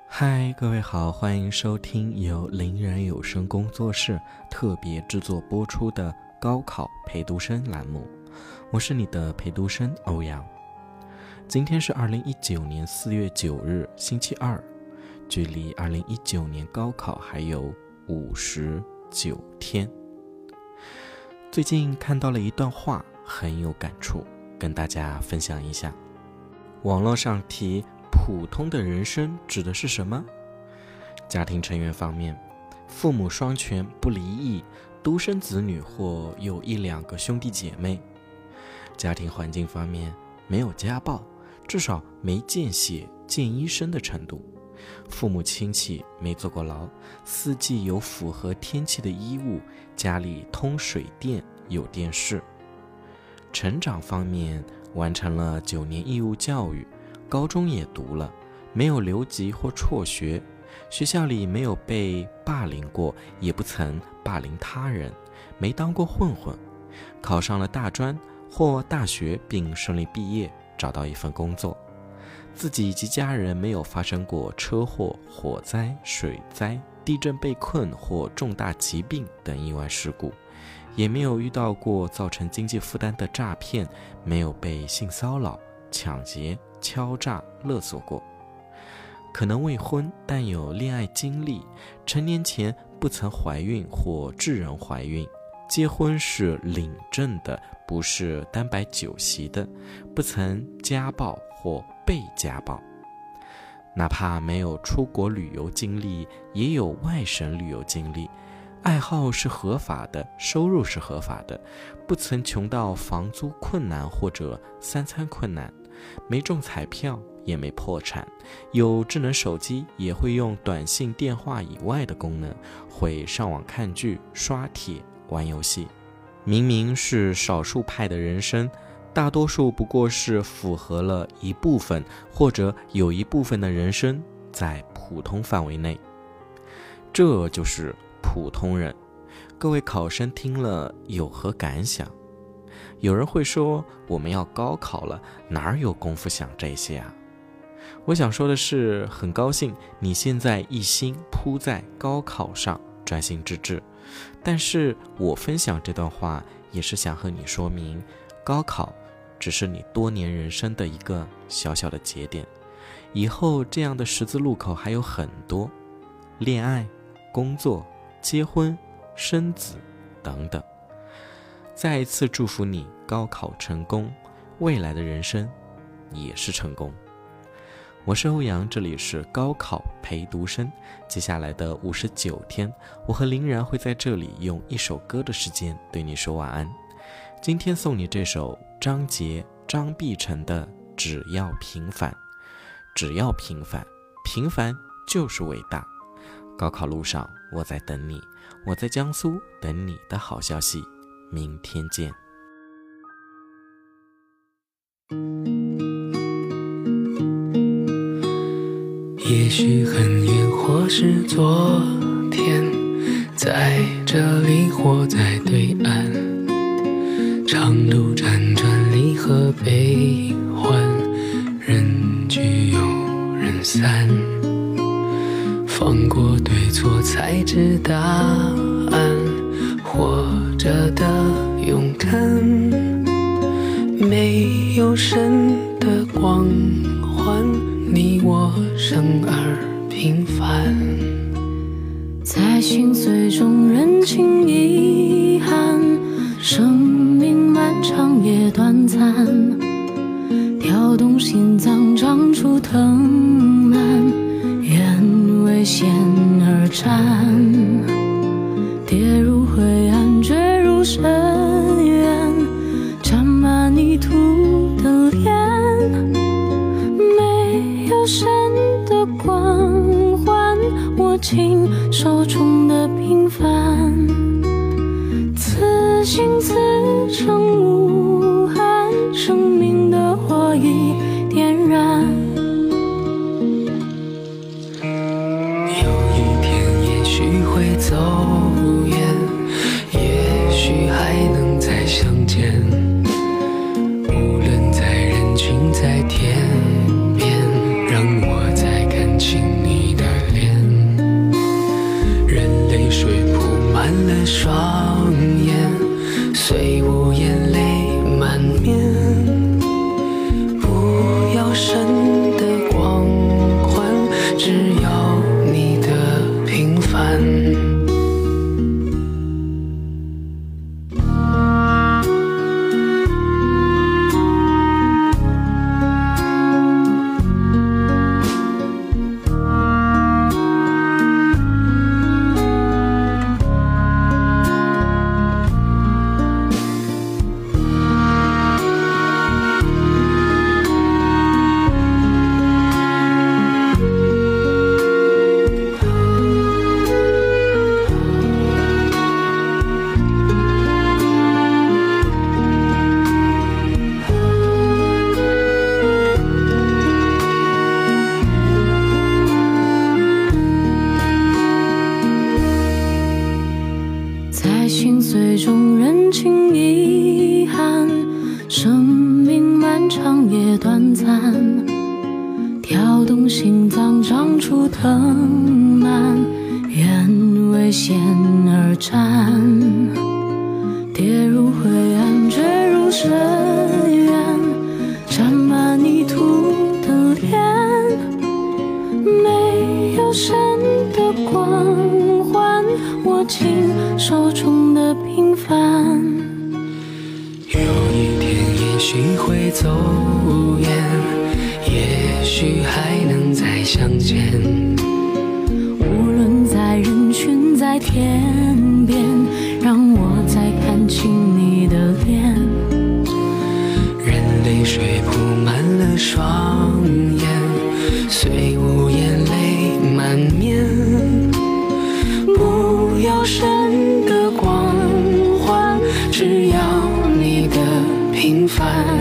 嗨，各位好，欢迎收听由林然有声工作室特别制作播出的高考陪读生栏目，我是你的陪读生欧阳。今天是2019年4月9日星期二，距离2019年高考还有59天。最近看到了一段话，很有感触，跟大家分享一下。网络上提普通的人生指的是什么？家庭成员方面，父母双全不离异，独生子女或有1-2个兄弟姐妹。家庭环境方面，没有家暴，至少没见血见医生的程度。父母亲戚没坐过牢，四季有符合天气的衣物，家里通水电有电视。成长方面，完成了9年义务教育，高中也读了，没有留级或辍学，学校里没有被霸凌过，也不曾霸凌他人，没当过混混，考上了大专或大学并顺利毕业，找到一份工作。自己及家人没有发生过车祸、火灾、水灾、地震被困或重大疾病等意外事故，也没有遇到过造成经济负担的诈骗，没有被性骚扰、抢劫、敲诈勒索过。可能未婚，但有恋爱经历，成年前不曾怀孕或致人怀孕，结婚是领证的，不是单摆酒席的，不曾家暴或被家暴。哪怕没有出国旅游经历，也有外省旅游经历，爱好是合法的，收入是合法的，不曾穷到房租困难或者3餐困难，没中彩票也没破产，有智能手机，也会用短信电话以外的功能，会上网看剧、刷帖、玩游戏。明明是少数派的人生，大多数不过是符合了一部分，或者有一部分的人生在普通范围内。这就是普通人。各位考生听了有何感想？有人会说，我们要高考了，哪有功夫想这些啊？我想说的是，很高兴你现在一心扑在高考上，专心致志。但是我分享这段话，也是想和你说明，高考只是你多年人生的一个小小的节点，以后这样的十字路口还有很多，恋爱、工作、结婚、生子等等。再一次祝福你高考成功，未来的人生也是成功。我是欧阳，这里是高考陪读生。接下来的59天，我和林然会在这里用一首歌的时间对你说晚安。今天送你这首张杰、张碧晨的《只要平凡》。只要平凡，平凡就是伟大。高考路上，我在等你，我在江苏等你的好消息。明天见。 也许很远，或是昨天，在这里或在对岸，长路辗转，离合悲欢，人聚又人散，放过对错才知答案，活着的勇敢，没有神的光环，你我生而平凡， 在心碎中认清遗憾，生命漫长也短暂，跳动心脏长出藤蔓，愿为险而战，跌入灰暗坠入深渊，沾满泥土的脸，没有神的光环，握紧手中的平凡，此心此生无憾，生命的火已点燃。 有一天也许会走远，也许还能再相见，无论在人群在天边，让我再看清你的双眼，虽无言泪满面。不要神的光环，只要你的平凡。 心碎中认清遗憾，生命漫长也短暂，跳动心脏长出藤蔓，愿为险而战，跌入灰暗坠入深渊，沾满泥土的脸，没有神的光环，握紧手中的平凡。 有一天也许会走远，也许还能再相见。 无论在人群在天边，让我再看清你的脸。 任泪水铺满了双眼，虽无言泪满面。不要神的光环，只要你的平凡。